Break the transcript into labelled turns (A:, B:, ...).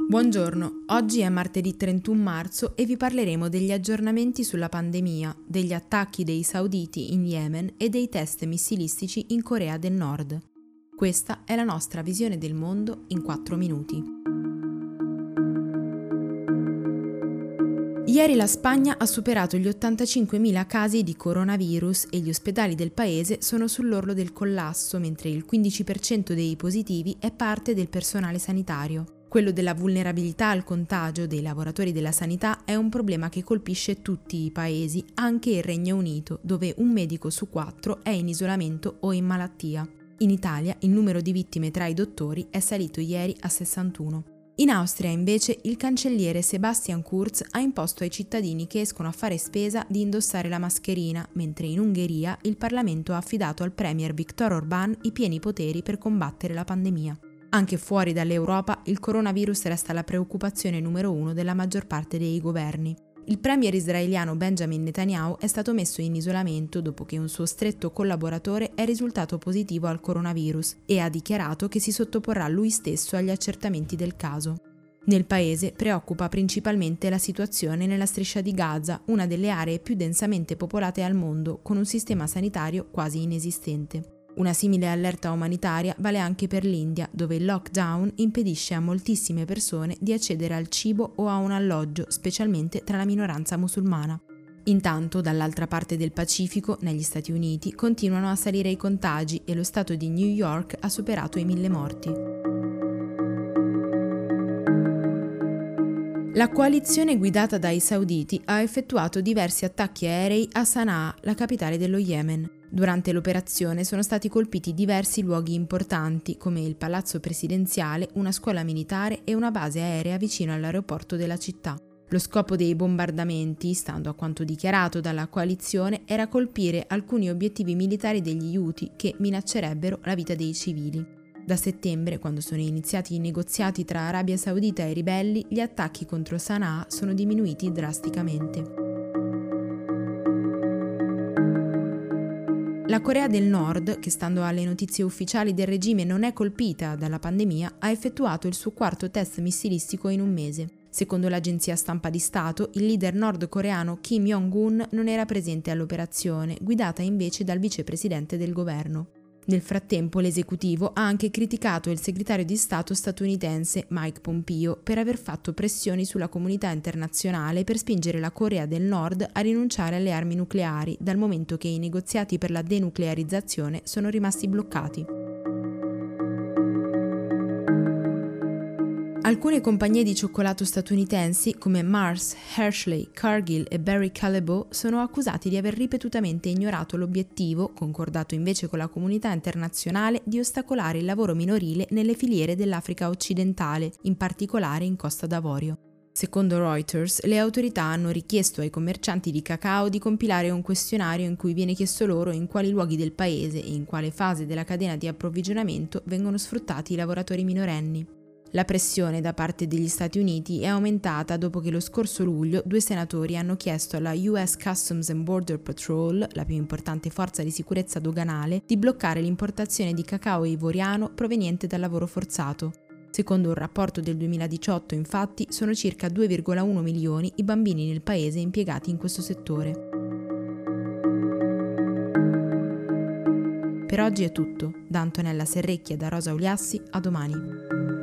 A: Buongiorno, oggi è martedì 31 marzo e vi parleremo degli aggiornamenti sulla pandemia, degli attacchi dei sauditi in Yemen e dei test missilistici in Corea del Nord. Questa è la nostra visione del mondo in 4 minuti. Ieri la Spagna ha superato gli 85.000 casi di coronavirus e gli ospedali del paese sono sull'orlo del collasso, mentre il 15% dei positivi è parte del personale sanitario. Quello della vulnerabilità al contagio dei lavoratori della sanità è un problema che colpisce tutti i paesi, anche il Regno Unito, dove un medico su 4 è in isolamento o in malattia. In Italia il numero di vittime tra i dottori è salito ieri a 61. In Austria, invece, il cancelliere Sebastian Kurz ha imposto ai cittadini che escono a fare spesa di indossare la mascherina, mentre in Ungheria il Parlamento ha affidato al premier Viktor Orbán i pieni poteri per combattere la pandemia. Anche fuori dall'Europa, il coronavirus resta la preoccupazione numero 1 della maggior parte dei governi. Il premier israeliano Benjamin Netanyahu è stato messo in isolamento dopo che un suo stretto collaboratore è risultato positivo al coronavirus e ha dichiarato che si sottoporrà lui stesso agli accertamenti del caso. Nel paese preoccupa principalmente la situazione nella striscia di Gaza, una delle aree più densamente popolate al mondo, con un sistema sanitario quasi inesistente. Una simile allerta umanitaria vale anche per l'India, dove il lockdown impedisce a moltissime persone di accedere al cibo o a un alloggio, specialmente tra la minoranza musulmana. Intanto, dall'altra parte del Pacifico, negli Stati Uniti, continuano a salire i contagi e lo stato di New York ha superato i 1.000 morti. La coalizione guidata dai sauditi ha effettuato diversi attacchi aerei a Sana'a, la capitale dello Yemen. Durante l'operazione sono stati colpiti diversi luoghi importanti, come il palazzo presidenziale, una scuola militare e una base aerea vicino all'aeroporto della città. Lo scopo dei bombardamenti, stando a quanto dichiarato dalla coalizione, era colpire alcuni obiettivi militari degli Houthi che minaccerebbero la vita dei civili. Da settembre, quando sono iniziati i negoziati tra Arabia Saudita e i ribelli, gli attacchi contro Sana'a sono diminuiti drasticamente. La Corea del Nord, che stando alle notizie ufficiali del regime non è colpita dalla pandemia, ha effettuato il suo quarto test missilistico in un mese. Secondo l'agenzia stampa di Stato, il leader nordcoreano Kim Jong-un non era presente all'operazione, guidata invece dal vicepresidente del governo. Nel frattempo l'esecutivo ha anche criticato il segretario di Stato statunitense Mike Pompeo per aver fatto pressioni sulla comunità internazionale per spingere la Corea del Nord a rinunciare alle armi nucleari, dal momento che i negoziati per la denuclearizzazione sono rimasti bloccati. Alcune compagnie di cioccolato statunitensi, come Mars, Hershey, Cargill e Barry Callebaut, sono accusati di aver ripetutamente ignorato l'obiettivo, concordato invece con la comunità internazionale, di ostacolare il lavoro minorile nelle filiere dell'Africa occidentale, in particolare in Costa d'Avorio. Secondo Reuters, le autorità hanno richiesto ai commercianti di cacao di compilare un questionario in cui viene chiesto loro in quali luoghi del paese e in quale fase della catena di approvvigionamento vengono sfruttati i lavoratori minorenni. La pressione da parte degli Stati Uniti è aumentata dopo che lo scorso luglio 2 senatori hanno chiesto alla US Customs and Border Patrol, la più importante forza di sicurezza doganale, di bloccare l'importazione di cacao ivoriano proveniente dal lavoro forzato. Secondo un rapporto del 2018, infatti, sono circa 2,1 milioni i bambini nel paese impiegati in questo settore. Per oggi è tutto. Da Antonella Serrecchia e da Rosa Uliassi, a domani.